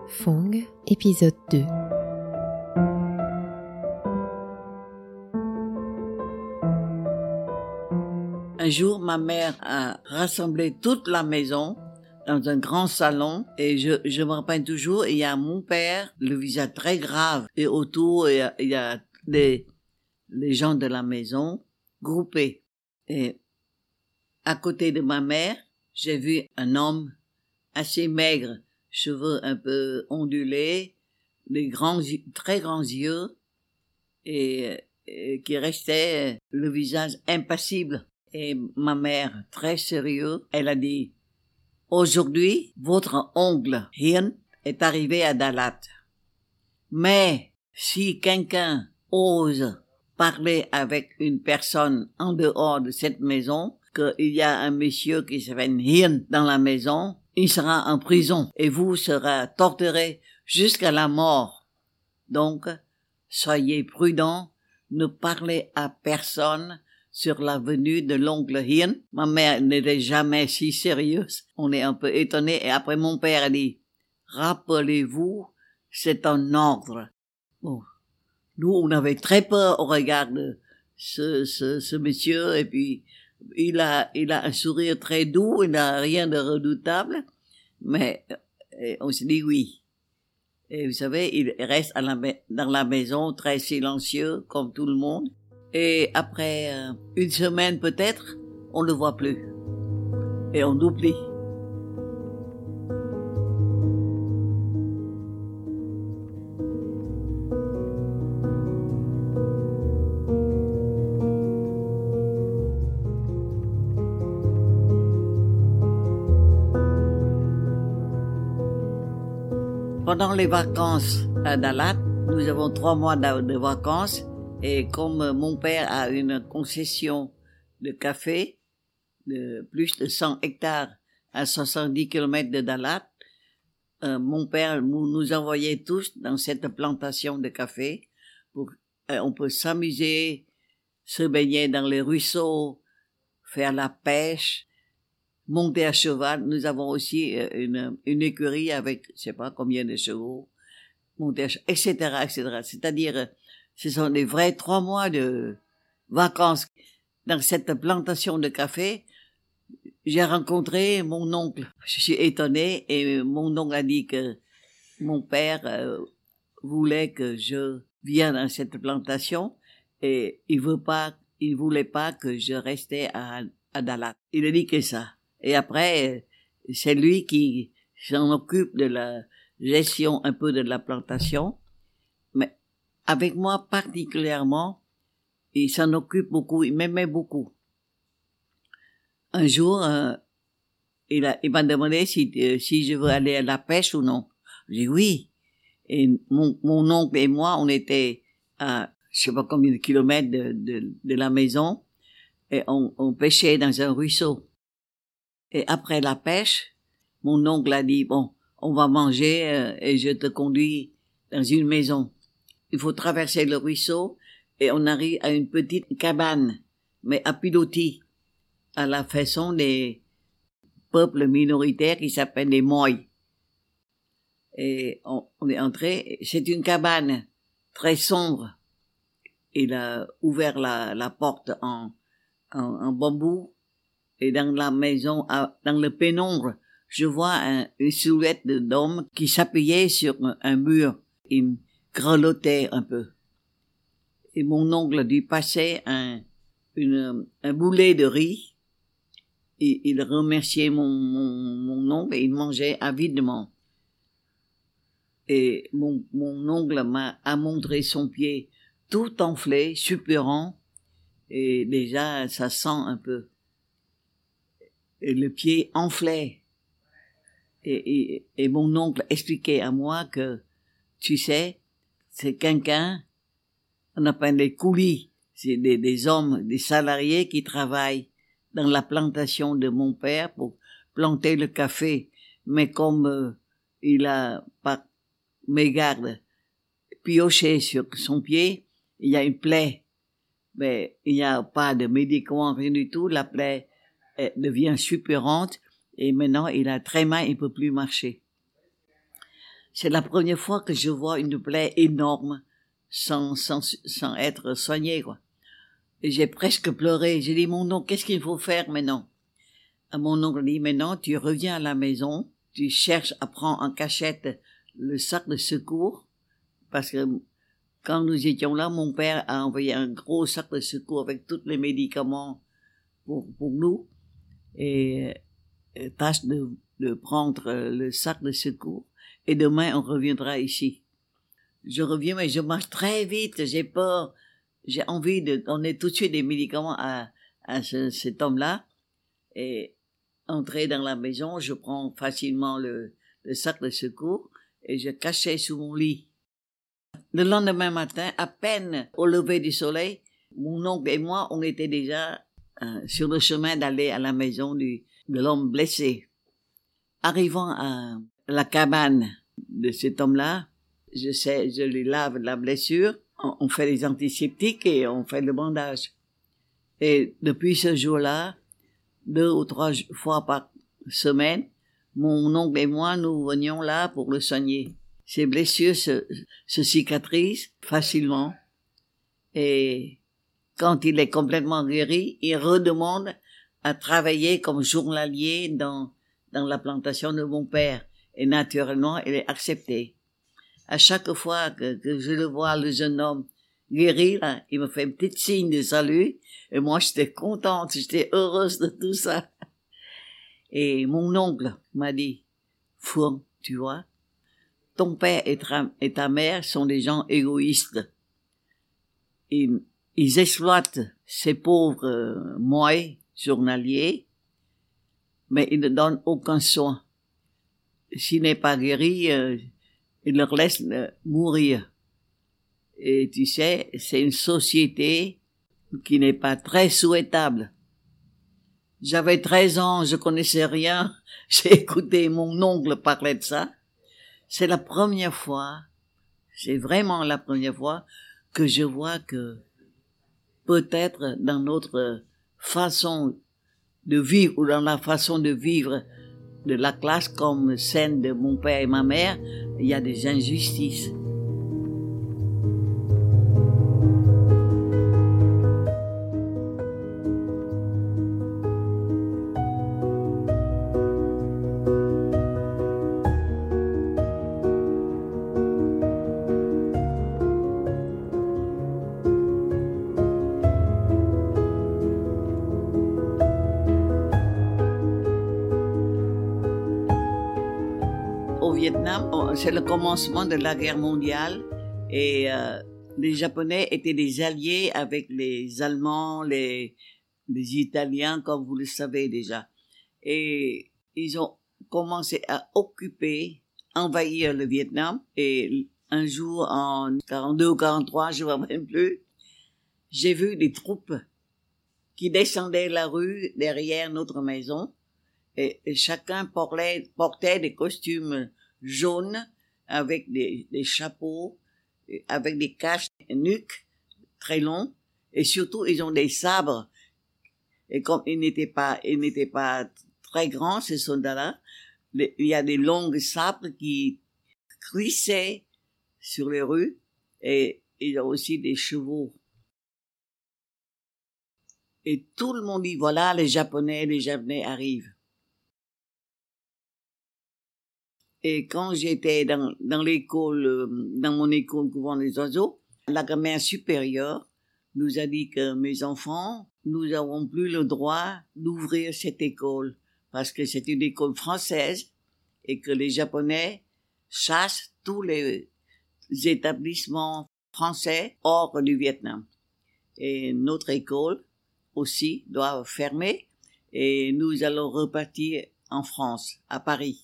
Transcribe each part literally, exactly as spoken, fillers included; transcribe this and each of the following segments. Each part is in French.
Fong, épisode deux. Un jour, ma mère a rassemblé toute la maison dans un grand salon et je, je me rappelle toujours, il y a mon père, le visage très grave, et autour, il y a, il y a les, les gens de la maison groupés. Et à côté de ma mère, j'ai vu un homme assez maigre, cheveux un peu ondulés, des grands, très grands yeux, et, et qui restait le visage impassible. Et ma mère, très sérieuse, elle a dit, aujourd'hui, votre oncle Hien est arrivé à Dalat. Mais si quelqu'un ose parler avec une personne en dehors de cette maison, qu'il y a un monsieur qui s'appelle Hien dans la maison, il sera en prison et vous serez torturé jusqu'à la mort. Donc, soyez prudents, ne parlez à personne sur la venue de l'oncle Hien. Ma mère n'était jamais si sérieuse. On est un peu étonnés. Et après, mon père a dit, rappelez-vous, c'est un ordre. Bon. Nous, on avait très peur au regard de ce, ce, ce monsieur. Et puis, il a, il a un sourire très doux. Il n'a rien de redoutable. Mais, on s'est dit oui. Et vous savez, il reste à la, dans la maison très silencieux, comme tout le monde. Et après euh, une semaine peut-être, on ne le voit plus. Et on oublie. Pendant les vacances à Dalat, nous avons trois mois de vacances. Et comme mon père a une concession de café de plus de cent hectares à soixante-dix kilomètres de Dalat, euh, mon père nous envoyait tous dans cette plantation de café. Pour, euh, on peut s'amuser, se baigner dans les ruisseaux, faire la pêche, monter à cheval. Nous avons aussi une, une écurie avec je sais pas combien de chevaux, monter à cheval, et cetera, et cetera. C'est-à-dire, ce sont des vrais trois mois de vacances. Dans cette plantation de café, j'ai rencontré mon oncle. Je suis étonnée et mon oncle a dit que mon père euh, voulait que je vienne dans cette plantation et il veut pas, il voulait pas que je restais à, à Dalat. Il a dit que ça. Et après, c'est lui qui s'en occupe de la gestion un peu de la plantation. Mais avec moi particulièrement, il s'en occupe beaucoup, il m'aimait beaucoup. Un jour, euh, il, a, il m'a demandé si, euh, si je veux aller à la pêche ou non. J'ai dit oui. Et mon, mon oncle et moi, on était à je sais pas combien de kilomètres de, de, de la maison et on, on pêchait dans un ruisseau. Et après la pêche, mon oncle a dit, bon, on va manger euh, et je te conduis dans une maison. Il faut traverser le ruisseau et on arrive à une petite cabane, mais à pilotis, à la façon des peuples minoritaires qui s'appellent les Moy. Et on, on est entré, c'est une cabane très sombre. Il a ouvert la, la porte en, en, en bambou et dans la maison, dans le pénombre, je vois un, une silhouette d'homme qui s'appuyait sur un, un mur. Il grelottait un peu. Et mon oncle lui passait un, une, un boulet de riz. Et il remerciait mon, mon, mon oncle et il mangeait avidement. Et mon, mon oncle m'a a montré son pied tout enflé, suppurant. Et déjà, ça sent un peu. Et le pied enflait. Et, et, et mon oncle expliquait à moi que, tu sais, c'est quelqu'un, on appelle les coulis, c'est des, des hommes, des salariés qui travaillent dans la plantation de mon père pour planter le café. Mais comme euh, il a, par mégarde, pioché sur son pied, il y a une plaie. Mais il n'y a pas de médicaments, rien du tout. La plaie elle devient suppurante et maintenant il a très mal, il peut plus marcher. C'est la première fois que je vois une plaie énorme sans, sans, sans être soignée, quoi. Et j'ai presque pleuré. J'ai dit, mon oncle, qu'est-ce qu'il faut faire maintenant? Mon oncle dit, maintenant, tu reviens à la maison, tu cherches à prendre en cachette le sac de secours, parce que quand nous étions là, mon père a envoyé un gros sac de secours avec tous les médicaments pour, pour nous, et, et tâche de, de prendre le sac de secours, et demain on reviendra ici. Je reviens, mais je marche très vite, j'ai peur, j'ai envie de donner tout de suite des médicaments à, à ce, cet homme-là, et entrer dans la maison, je prends facilement le, le sac de secours, et je cachais sous mon lit. Le lendemain matin, à peine au lever du soleil, mon oncle et moi, on était déjà euh, sur le chemin d'aller à la maison du, de l'homme blessé. Arrivant à la cabane de cet homme-là, je sais, je lui lave la blessure, on, on fait les antiseptiques et on fait le bandage. Et depuis ce jour-là, deux ou trois fois par semaine, mon oncle et moi, nous venions là pour le soigner. Ses blessures se, se cicatrisent facilement et quand il est complètement guéri, il redemande à travailler comme journalier dans, dans la plantation de mon père et naturellement, il est accepté. À chaque fois que, que je le vois, le jeune homme guéri, là, il me fait un petit signe de salut et moi j'étais contente, j'étais heureuse de tout ça. Et mon oncle m'a dit, Fourne, tu vois, ton père et ta, et ta mère sont des gens égoïstes. Ils, ils exploitent ces pauvres euh, mois journaliers, mais ils ne donnent aucun soin. S'il n'est pas guéri, euh, ils leur laissent euh, mourir. Et tu sais, c'est une société qui n'est pas très souhaitable. J'avais treize ans, je connaissais rien, j'ai écouté mon oncle parler de ça. C'est la première fois, c'est vraiment la première fois que je vois que peut-être dans notre façon de vivre ou dans la façon de vivre de la classe comme celle de mon père et ma mère, il y a des injustices. Au Vietnam, c'est le commencement de la guerre mondiale et euh, les Japonais étaient des alliés avec les Allemands, les, les Italiens, comme vous le savez déjà. Et ils ont commencé à occuper, envahir le Vietnam. Et un jour, en quarante-deux ou quarante-trois, je ne me rappelle même plus, j'ai vu des troupes qui descendaient la rue derrière notre maison. Et, et chacun portait, portait des costumes jaunes avec des, des chapeaux, avec des caches nuques très longs, et surtout ils ont des sabres. Et comme ils n'étaient pas, ils n'étaient pas très grands ces soldats-là, il y a des longues sabres qui crissaient sur les rues, et ils ont aussi des chevaux. Et tout le monde dit voilà, les Japonais, les Japonais arrivent. Et quand j'étais dans, dans l'école, dans mon école couvent des oiseaux, la grammaire supérieure nous a dit que mes enfants, nous n'avons plus le droit d'ouvrir cette école parce que c'est une école française et que les Japonais chassent tous les établissements français hors du Vietnam. Et notre école aussi doit fermer et nous allons repartir en France, à Paris.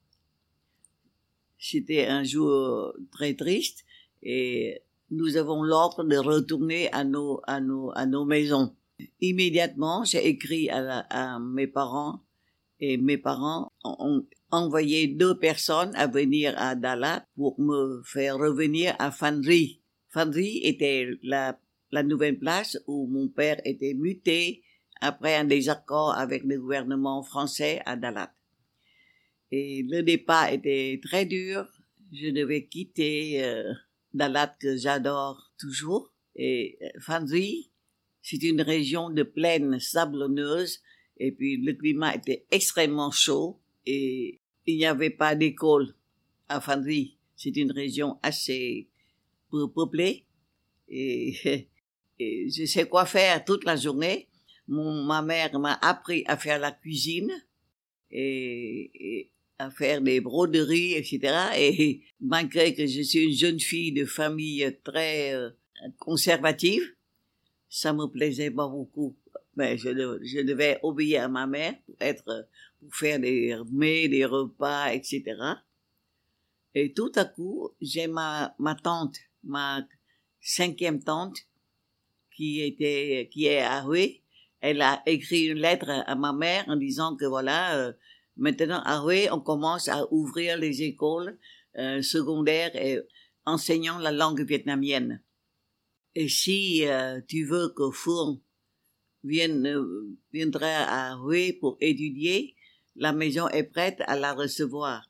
C'était un jour très triste et nous avons l'ordre de retourner à nos, à nos, à nos maisons. Immédiatement, j'ai écrit à, la, à mes parents et mes parents ont envoyé deux personnes à venir à Dalat pour me faire revenir à Phan Rhi. Phan Rhi était la, la nouvelle place où mon père était muté après un désaccord avec le gouvernement français à Dalat. Et le départ était très dur. je devais quitter euh, Dalat que j'adore toujours. Et euh, Phan Duy, c'est une région de plaine sablonneuse et puis le climat était extrêmement chaud et il n'y avait pas d'école à Phan Duy. C'est une région assez peu peuplée et, et je sais quoi faire toute la journée. Mon, ma mère m'a appris à faire la cuisine et, et à faire des broderies, et cetera. Et malgré que je suis une jeune fille de famille très euh, conservative, ça me plaisait pas beaucoup. Mais je, je devais obéir à ma mère pour être, pour faire des mets, des repas, et cetera. Et tout à coup, j'ai ma, ma tante, ma cinquième tante, qui était, qui est à Hue. Elle a écrit une lettre à ma mère en disant que voilà, euh, maintenant à Hue, on commence à ouvrir les écoles euh, secondaires et enseignant la langue vietnamienne. Et si euh, tu veux que Phuong vienne, euh, viendra à Hue pour étudier, la maison est prête à la recevoir.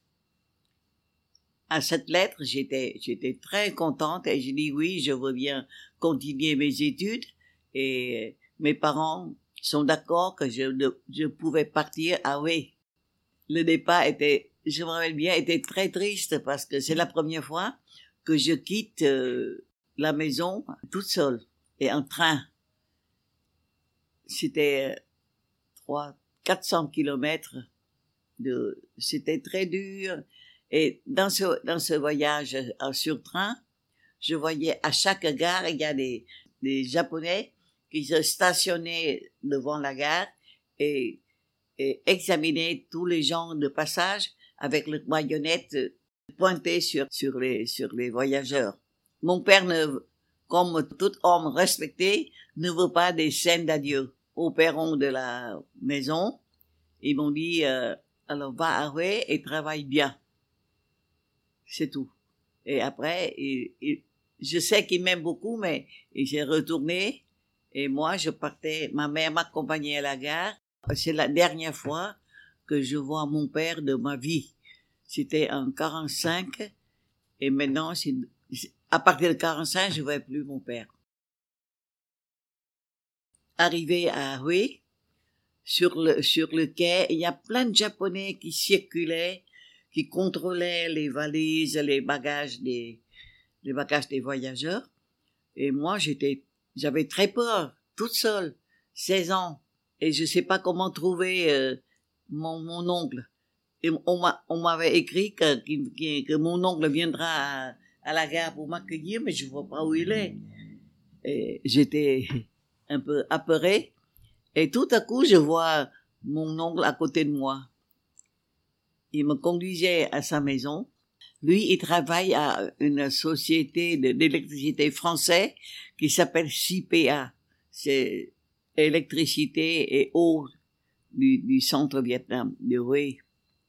À cette lettre, j'étais, j'étais très contente et j'ai dit oui, je veux bien continuer mes études et mes parents sont d'accord que je, je pouvais partir à Hue. Le départ était, je me rappelle bien, était très triste parce que c'est la première fois que je quitte euh, la maison toute seule et en train. C'était trois, quatre cents kilomètres de, c'était très dur. Et dans ce, dans ce voyage en sur train, je voyais à chaque gare, il y a des, des Japonais qui se stationnaient devant la gare et, et examinaient tous les gens de passage avec le baïonnette pointée sur, sur les, sur les voyageurs. Mon père, ne, comme tout homme respecté, ne veut pas des scènes d'adieu. Au perron de la maison, ils m'ont dit, euh, alors va à Hue et travaille bien. C'est tout. Et après, il, il, je sais qu'il m'aime beaucoup, mais il s'est retourné et moi, je partais. Ma mère m'accompagnait à la gare. C'est la dernière fois que je vois mon père de ma vie. C'était en quarante-cinq et maintenant, c'est, à partir de quarante-cinq, je ne vois plus mon père. Arrivé à Hue, sur le, sur le quai, il y a plein de Japonais qui circulaient, qui contrôlaient les valises, les bagages des, les bagages des voyageurs. Et moi, j'étais, j'avais très peur, toute seule, seize ans. Et je sais pas comment trouver euh, mon, mon oncle. Et on m'a, on m'avait écrit que, que, que mon oncle viendra à, à la gare pour m'accueillir, mais je vois pas où il est. Et j'étais un peu apeurée. Et tout à coup, je vois mon oncle à côté de moi. Il me conduisait à sa maison. Lui, il travaille à une société de, d'électricité française qui s'appelle C P A. C'est électricité et eau du, du centre Vietnam, de Hue.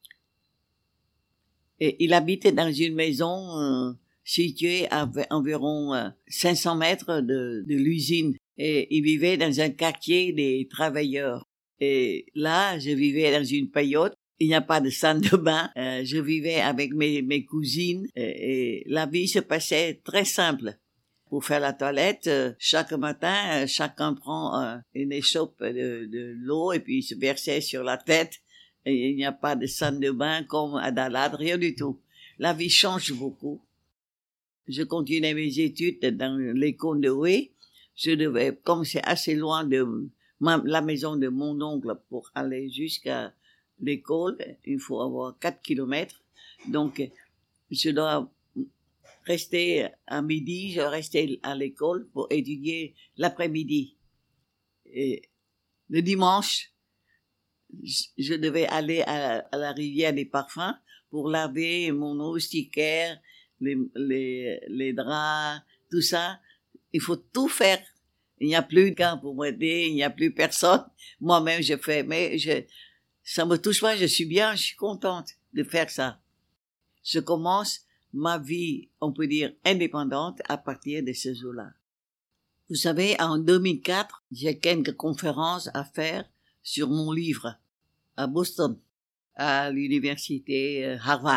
Et il habitait dans une maison euh, située à environ euh, cinq cents mètres de, de l'usine. Et il vivait dans un quartier des travailleurs. Et là, je vivais dans une paillote. Il n'y a pas de salle de bain. Euh, je vivais avec mes, mes cousines et, et la vie se passait très simple. Pour faire la toilette, euh, chaque matin, euh, chacun prend euh, une échoppe de, de l'eau et puis il se versait sur la tête. Et il n'y a pas de salle de bain comme à Dalat, rien du tout. La vie change beaucoup. Je continuais mes études dans l'école de Hue. Je devais, comme c'est assez loin de ma, la maison de mon oncle pour aller jusqu'à l'école, il faut avoir quatre kilomètres. Donc, je dois rester à midi, je restais à l'école pour étudier l'après-midi. Et le dimanche, je devais aller à, à la rivière des parfums pour laver mon moustiquaire, les, les, les draps, tout ça. Il faut tout faire. Il n'y a plus de gars pour m'aider, il n'y a plus personne. Moi-même, je fais, mais je, ça me touche pas, je suis bien, je suis contente de faire ça. Je commence ma vie, on peut dire, indépendante à partir de ce jour-là. Vous savez, en deux mille quatre, j'ai quelques conférences à faire sur mon livre à Boston, à l'université Harvard.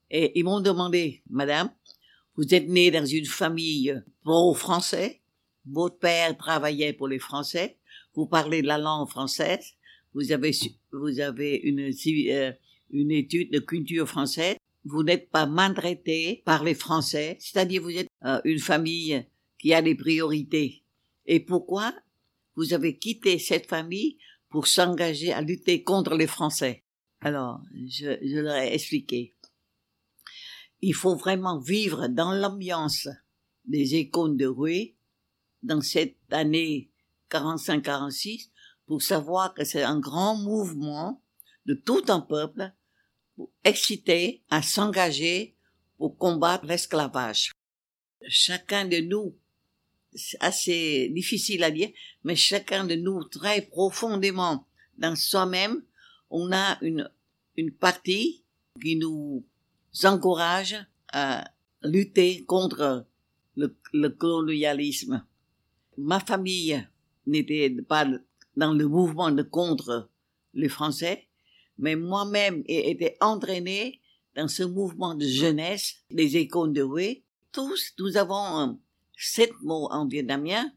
Et ils m'ont demandé, madame, vous êtes née dans une famille pro-français, votre père travaillait pour les Français, vous parlez la langue française, vous avez, vous avez une, euh, une étude de culture française, vous n'êtes pas maltraité par les Français, c'est-à-dire vous êtes euh, une famille qui a des priorités. Et pourquoi vous avez quitté cette famille pour s'engager à lutter contre les Français? Alors, je, je leur ai expliqué. Il faut vraiment vivre dans l'ambiance des icônes de Hué dans cette année quarante-cinq quarante-six pour savoir que c'est un grand mouvement de tout un peuple pour exciter à s'engager pour combattre l'esclavage. Chacun de nous, c'est assez difficile à dire, mais chacun de nous, très profondément dans soi-même, on a une, une partie qui nous encourage à lutter contre le, le colonialisme. Ma famille n'était pas dans le mouvement de contre les Français, mais moi-même ai été entraînée dans ce mouvement de jeunesse des icônes de Hué. Tous, nous avons sept mots en vietnamien.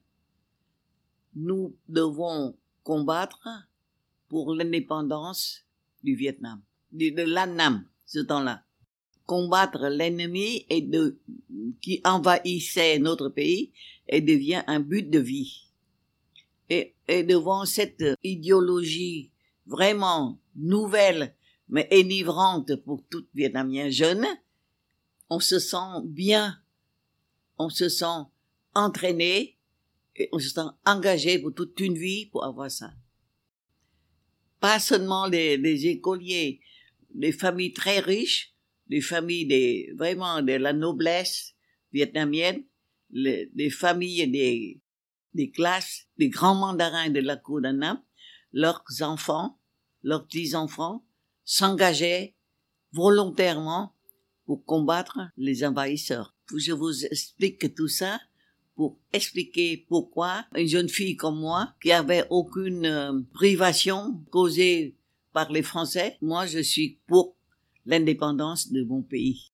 Nous devons combattre pour l'indépendance du Vietnam, de, de l'Annam, ce temps-là. Combattre l'ennemi et de, qui envahissait notre pays et devient un but de vie. Et, et devant cette idéologie vraiment nouvelle, mais enivrante pour tout Vietnamien jeune, on se sent bien, on se sent entraîné, et on se sent engagé pour toute une vie pour avoir ça. Pas seulement les, les écoliers, les familles très riches, les familles des, vraiment de la noblesse vietnamienne, les, les familles des, des classes, des grands mandarins de la cour d'Annam, leurs enfants, leurs petits-enfants s'engageaient volontairement pour combattre les envahisseurs. Je vous explique tout ça pour expliquer pourquoi une jeune fille comme moi, qui avait aucune euh, privation causée par les Français, moi je suis pour l'indépendance de mon pays.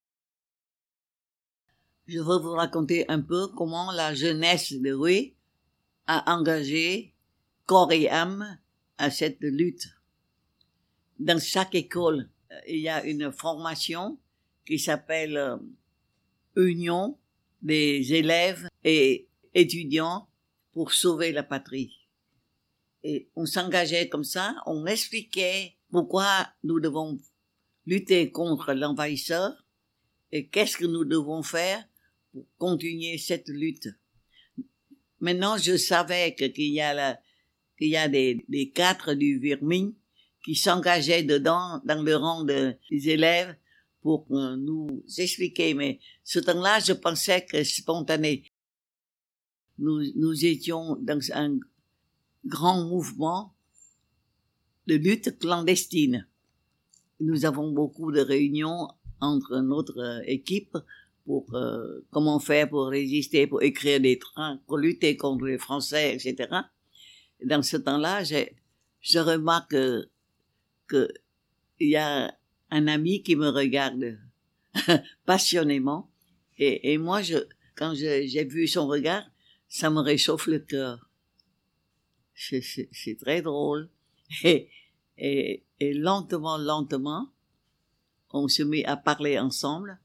Je veux vous raconter un peu comment la jeunesse de Hué a engagé corps et âme à cette lutte. Dans chaque école, il y a une formation qui s'appelle euh, Union des élèves et étudiants pour sauver la patrie. Et on s'engageait comme ça, on expliquait pourquoi nous devons lutter contre l'envahisseur et qu'est-ce que nous devons faire pour continuer cette lutte. Maintenant, je savais que, qu'il y a, la, qu'il y a des, des cadres du Viet-Minh qui s'engageaient dedans, dans le rang de, des élèves, pour euh, nous expliquer. Mais ce temps-là, je pensais que spontané. Nous, nous étions dans un grand mouvement de lutte clandestine. Nous avons beaucoup de réunions entre notre équipe pour euh, comment faire pour résister, pour écrire des trains, pour lutter contre les Français, et cetera. Et dans ce temps-là, j'ai, je remarque que, que il y a un ami qui me regarde passionnément et, et moi, je, quand je, j'ai vu son regard, ça me réchauffe le cœur. C'est, c'est, c'est très drôle. Et, et, et lentement, lentement, on se met à parler ensemble.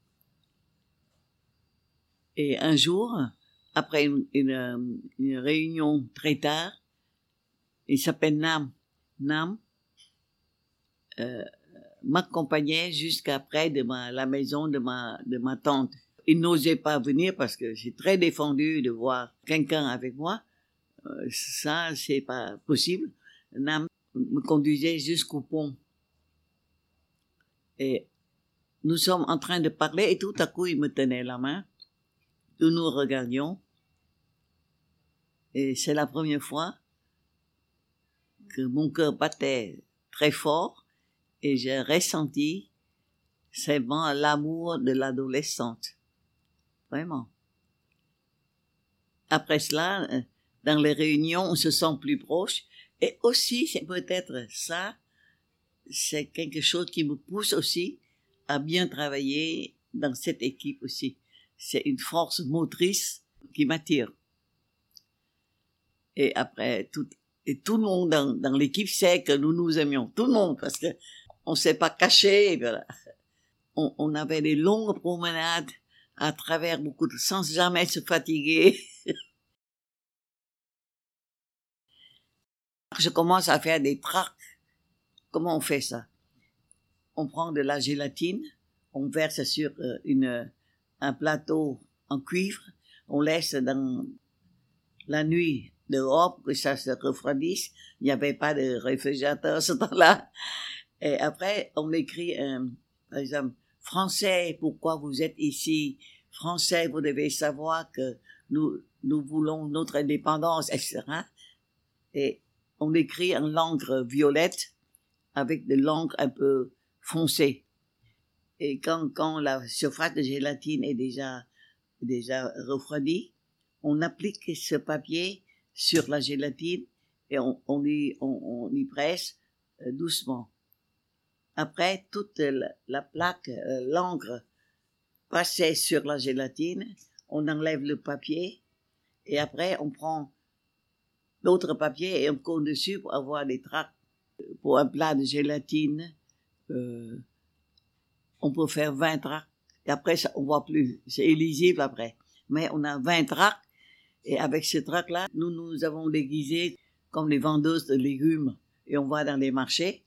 Et un jour, après une, une, une réunion très tard, il s'appelle Nam. Nam euh, m'accompagnait jusqu'à près de ma, la maison de ma, de ma tante. Il n'osait pas venir parce que j'ai très défendu de voir quelqu'un avec moi. Euh, ça, c'est pas possible. Nam me conduisait jusqu'au pont. Et nous sommes en train de parler et tout à coup, il me tenait la main. Nous nous regardions. Et c'est la première fois que mon cœur battait très fort et j'ai ressenti seulement l'amour de l'adolescente. Vraiment. Après cela, dans les réunions, on se sent plus proche. Et aussi, c'est peut-être ça, c'est quelque chose qui me pousse aussi à bien travailler dans cette équipe aussi. C'est une force motrice qui m'attire. Et après, tout, et tout le monde dans, dans l'équipe sait que nous nous aimions. Tout le monde, parce que on s'est pas caché. Voilà. On, on avait des longues promenades à travers beaucoup de, sans jamais se fatiguer. Je commence à faire des tracts. Comment on fait ça? On prend de la gélatine, on verse sur une, un plateau en cuivre, on laisse dans la nuit dehors pour que ça se refroidisse. Il n'y avait pas de réfrigérateur ce temps-là. Et après, on écrit, un, par exemple, Français, pourquoi vous êtes ici? Français, vous devez savoir que nous, nous voulons notre indépendance, et cetera. Et on écrit en l'encre violette avec de l'encre un peu foncée. Et quand, quand la surface de gélatine est déjà, déjà refroidie, on applique ce papier sur la gélatine et on, on, y, on, on y presse euh, doucement. Après, toute la, la plaque, euh, l'encre passée sur la gélatine, on enlève le papier et après on prend l'autre papier et on colle dessus pour avoir des tracts. Pour un plat de gélatine, euh, on peut faire vingt tracts et après ça, on voit plus, c'est illisible après. Mais on a vingt tracts et avec ces tracts-là, nous nous avons déguisé comme les vendeuses de légumes et on va dans les marchés.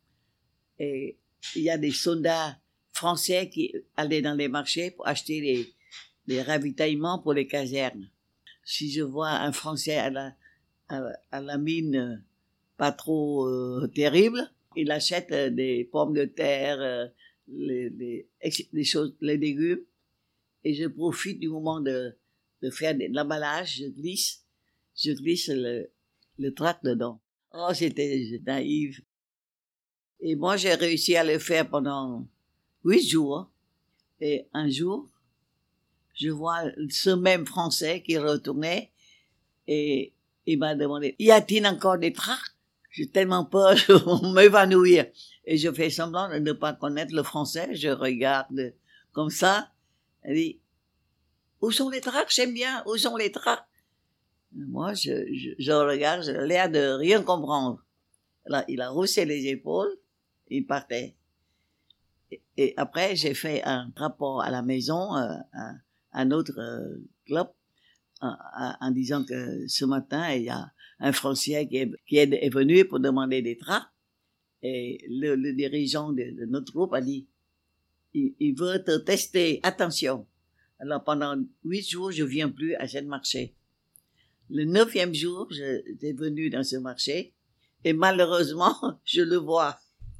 Et il y a des soldats français qui allaient dans les marchés pour acheter les, les ravitaillements pour les casernes. Si je vois un Français à la, à, à la mine pas trop euh, terrible, il achète euh, des pommes de terre, euh, les, les, les choses, les légumes, et je profite du moment de, de faire de l'emballage, je glisse, je glisse le, le tract dedans. Oh, j'étais naïve. Et moi, j'ai réussi à le faire pendant huit jours. Et un jour, je vois ce même Français qui retournait et il m'a demandé, y a-t-il encore des tracts? J'ai tellement peur, je vais m'évanouir. Et je fais semblant de ne pas connaître le français, je regarde comme ça. Elle dit, où sont les tracts? J'aime bien, où sont les tracts? Moi, je, je, je regarde, j'ai l'air de rien comprendre. Alors, il a haussé les épaules, il partait. Et, et après, j'ai fait un rapport à la maison, euh, à un autre euh, club, en, en disant que ce matin, il y a un Français qui est, qui est, est venu pour demander des tracts. Et le, le dirigeant de, de notre groupe a dit, il, il veut te tester, attention. Alors pendant huit jours, je viens plus à ce marché. Le neuvième jour, j'étais venu dans ce marché et malheureusement, je le vois.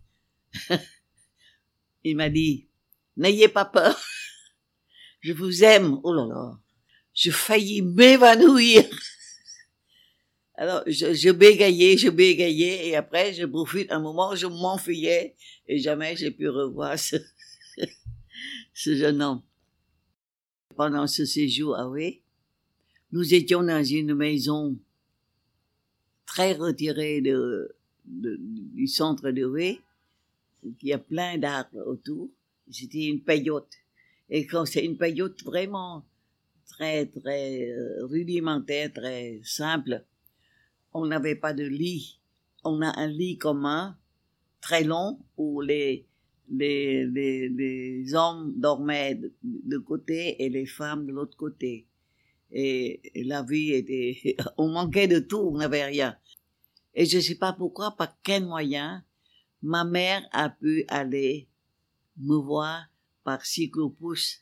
Il m'a dit, n'ayez pas peur, je vous aime. Oh là là, je faillis m'évanouir. Alors, je, je bégayais, je bégayais, et après, je profite un moment, je m'enfuyais, et jamais j'ai pu revoir ce, ce jeune homme. Pendant ce séjour à Hué, nous étions dans une maison très retirée de, de, du centre de Hué, qui a plein d'arbres autour. C'était une paillote. Et quand c'est une paillote vraiment très, très euh, rudimentaire, très simple, on n'avait pas de lit. On a un lit commun, très long, où les, les, les, les hommes dormaient de, de côté et les femmes de l'autre côté. Et, et la vie était... On manquait de tout, on n'avait rien. Et je ne sais pas pourquoi, par quel moyen, ma mère a pu aller me voir par cyclopousse.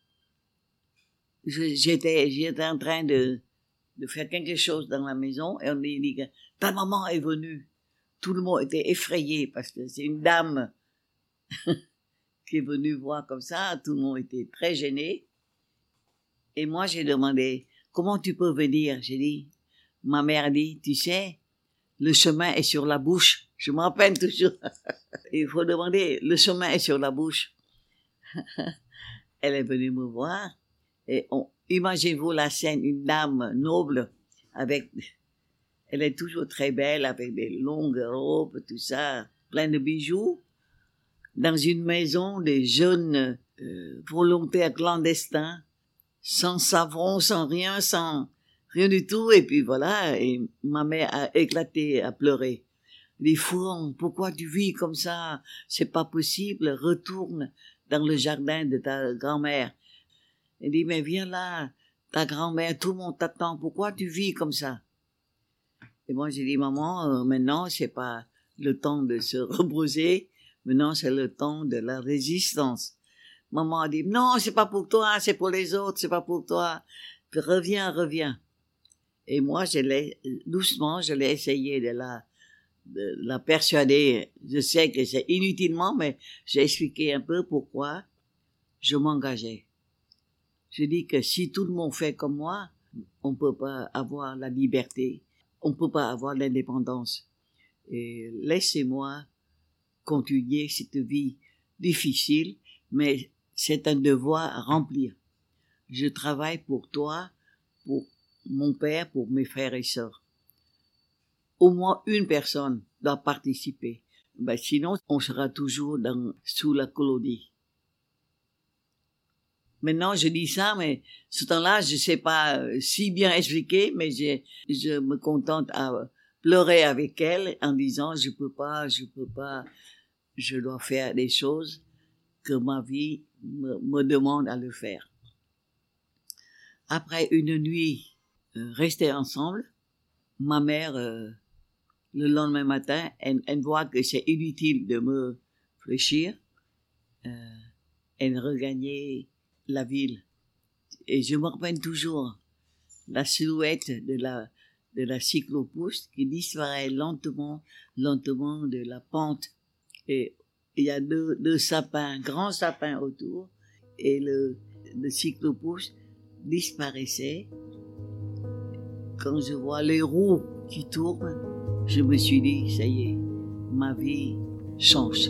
Je, j'étais, j'étais en train de... de faire quelque chose dans la maison, et on lui dit que ta maman est venue. Tout le monde était effrayé, parce que c'est une dame qui est venue voir comme ça, tout le monde était très gêné. Et moi, j'ai demandé, comment tu peux venir? J'ai dit, ma mère dit, tu sais, le chemin est sur la bouche. Je m'en rappelle toujours. Il faut demander, le chemin est sur la bouche. Elle est venue me voir, et on, imaginez-vous la scène, une dame noble, avec, elle est toujours très belle, avec des longues robes, tout ça, plein de bijoux. dans une maison des jeunes euh, volontaires clandestins, sans savon, sans rien, sans rien du tout. Et puis voilà, et ma mère a éclaté, a pleuré. Les fourrons, pourquoi tu vis comme ça? C'est pas possible, retourne dans le jardin de ta grand-mère. Elle dit, mais viens là, ta grand-mère, tout le monde t'attend, pourquoi tu vis comme ça? Et moi j'ai dit, maman, euh, maintenant c'est pas le temps de se reposer, maintenant c'est le temps de la résistance. Maman a dit, non, c'est pas pour toi, c'est pour les autres, c'est pas pour toi. Puis, reviens, reviens. Et moi, je l'ai, doucement, je l'ai essayé de la, de la persuader. Je sais que c'est inutilement, mais j'ai expliqué un peu pourquoi je m'engageais. Je dis que si tout le monde fait comme moi, on peut pas avoir la liberté, on peut pas avoir l'indépendance. Et laissez-moi continuer cette vie difficile, mais c'est un devoir à remplir. Je travaille pour toi, pour mon père, pour mes frères et sœurs. Au moins une personne doit participer. Ben, sinon, on sera toujours dans, sous la colonie. Maintenant, je dis ça, mais ce temps-là, je sais pas si bien expliquer, mais je, je me contente à pleurer avec elle en disant, je peux pas, je peux pas, je dois faire des choses que ma vie me, me demande à le faire. Après une nuit euh, restée ensemble, ma mère, euh, le lendemain matin, elle, elle voit que c'est inutile de me fléchir. Euh, elle regagnait la ville. Et je me rappelle toujours la silhouette de la, de la cyclopousse qui disparaît lentement, lentement de la pente. Et il y a deux, deux sapins, grands sapins autour, et le, le cyclopousse disparaissait. Quand je vois les roues qui tournent, je me suis dit, ça y est, ma vie change.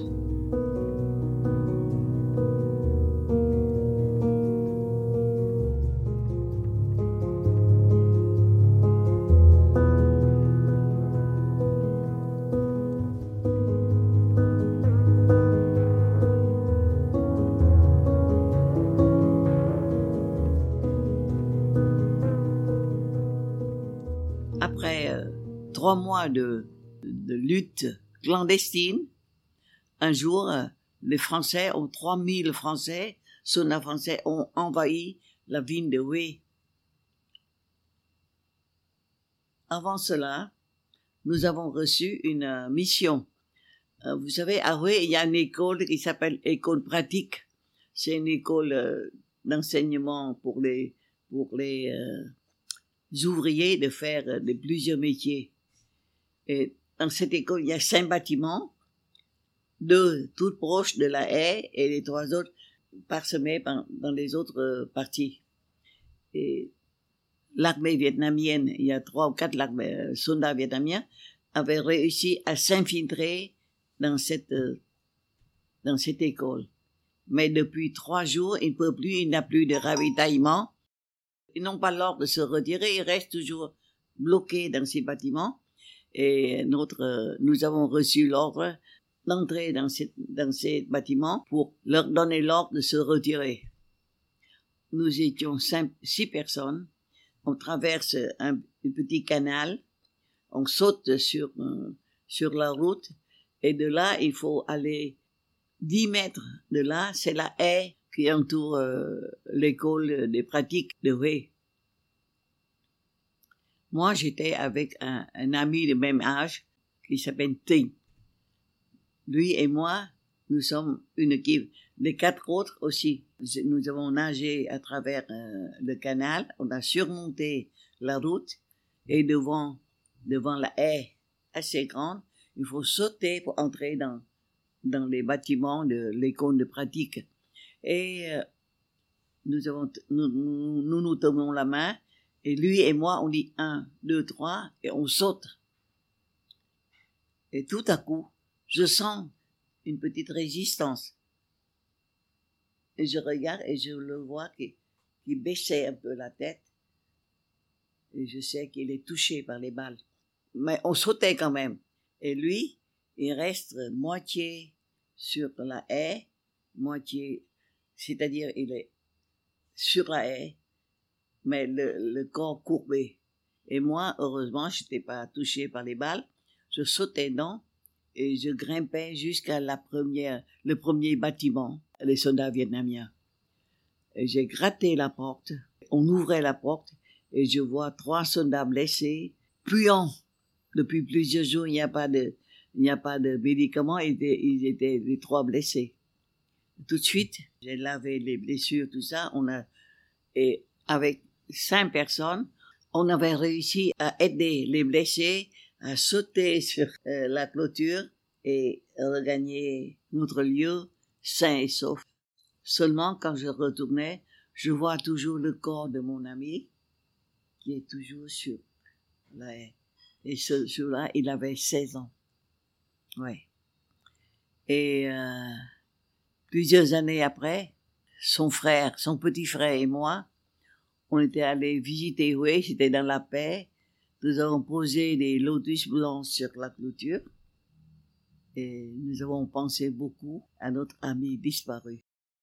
Après euh, trois mois de, de lutte clandestine, un jour, euh, les Français, ont trois mille Français, soldats français, ont envahi la ville de Hue. Avant cela, nous avons reçu une euh, mission. Euh, vous savez, à Hue, il y a une école qui s'appelle École pratique. C'est une école euh, d'enseignement pour les, pour les euh, ouvriers de faire de plusieurs métiers. Et dans cette école, il y a cinq bâtiments, deux tout proches de la haie et les trois autres parsemés dans les autres parties. Et l'armée vietnamienne, il y a trois ou quatre soldats vietnamiens, avaient réussi à s'infiltrer dans cette, dans cette école. Mais depuis trois jours, il ne peut plus, il n'a plus de ravitaillement. Ils n'ont pas l'ordre de se retirer, ils restent toujours bloqués dans ces bâtiments. Et notre, nous avons reçu l'ordre d'entrer dans, cette, dans ces bâtiments pour leur donner l'ordre de se retirer. Nous étions cinq, six personnes. On traverse un, un petit canal, on saute sur, euh, sur la route, et de là, il faut aller dix mètres de là, c'est la haie qui entoure euh, l'école des pratiques de Hue. Moi, j'étais avec un, un ami de même âge qui s'appelle Ting. Lui et moi, nous sommes une équipe. Les quatre autres aussi. Nous avons nagé à travers euh, le canal, on a surmonté la route et devant, devant la haie assez grande, il faut sauter pour entrer dans, dans les bâtiments de l'école de pratique. Et euh, nous, avons, nous, nous, nous nous tenons la main et lui et moi, on dit un, deux, trois et on saute. Et tout à coup, je sens une petite résistance. Et je regarde et je le vois qui, qui baissait un peu la tête. Et je sais qu'il est touché par les balles. Mais on sautait quand même. Et lui, il reste moitié sur la haie, moitié, c'est-à-dire il est sur la haie, mais le, le corps courbé. Et moi, heureusement, je n'étais pas touchée par les balles. Je sautais dedans et je grimpais jusqu'à la première, le premier bâtiment, les soldats vietnamiens. Et j'ai gratté la porte, on ouvrait la porte et je vois trois soldats blessés, puants. Depuis plusieurs jours, il n'y a pas de, il n'y a pas de médicaments, ils étaient, ils étaient les trois blessés. Tout de suite, j'ai lavé les blessures, tout ça, on a, et avec cinq personnes, on avait réussi à aider les blessés à sauter sur euh, la clôture et regagner notre lieu sain et sauf. Seulement, quand je retournais, je vois toujours le corps de mon ami qui est toujours sur la haie. Et ce jour-là, il avait seize ans. Ouais. Et euh, plusieurs années après, son frère, son petit frère et moi, on était allés visiter Hue, c'était dans la paix. Nous avons posé des lotus blancs sur la clôture et nous avons pensé beaucoup à notre ami disparu.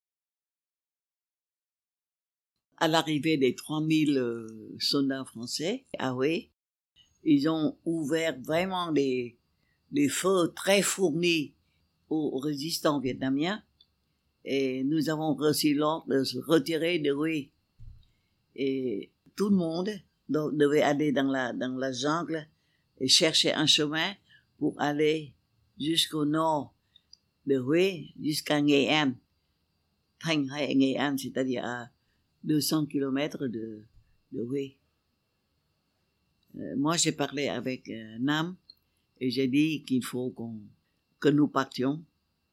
À l'arrivée des trois mille euh, soldats français à Hue, ils ont ouvert vraiment des, des feux très fournis aux résistants vietnamiens et nous avons reçu l'ordre de se retirer de Hue. Et tout le monde devait aller dans la, dans la jungle et chercher un chemin pour aller jusqu'au nord de Hue, jusqu'à Nghệ An. Thanh Hai Nghệ An, c'est-à-dire à deux cents kilomètres de, de Hue. Euh, moi, j'ai parlé avec euh, Nam et j'ai dit qu'il faut qu'on, que nous partions.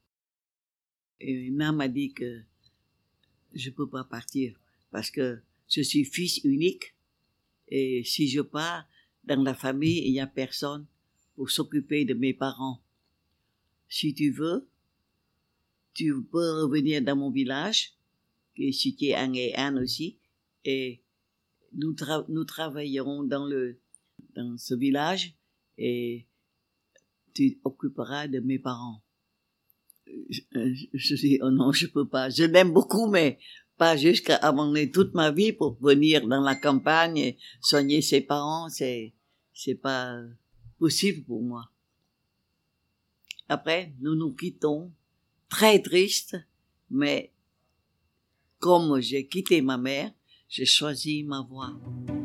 Et Nam a dit que je peux pas partir parce que je suis fils unique et si je pars dans la famille, il n'y a personne pour s'occuper de mes parents. Si tu veux, tu peux revenir dans mon village, qui est situé à Nghệ An aussi, et nous, tra- nous travaillerons dans, le, dans ce village et tu t'occuperas de mes parents. Je, je dis, oh non, je peux pas. Je l'aime beaucoup, mais pas jusqu'à abandonner toute ma vie pour venir dans la campagne et soigner ses parents, c'est, c'est pas possible pour moi. Après, nous nous quittons, très tristes, mais comme j'ai quitté ma mère, j'ai choisi ma voie.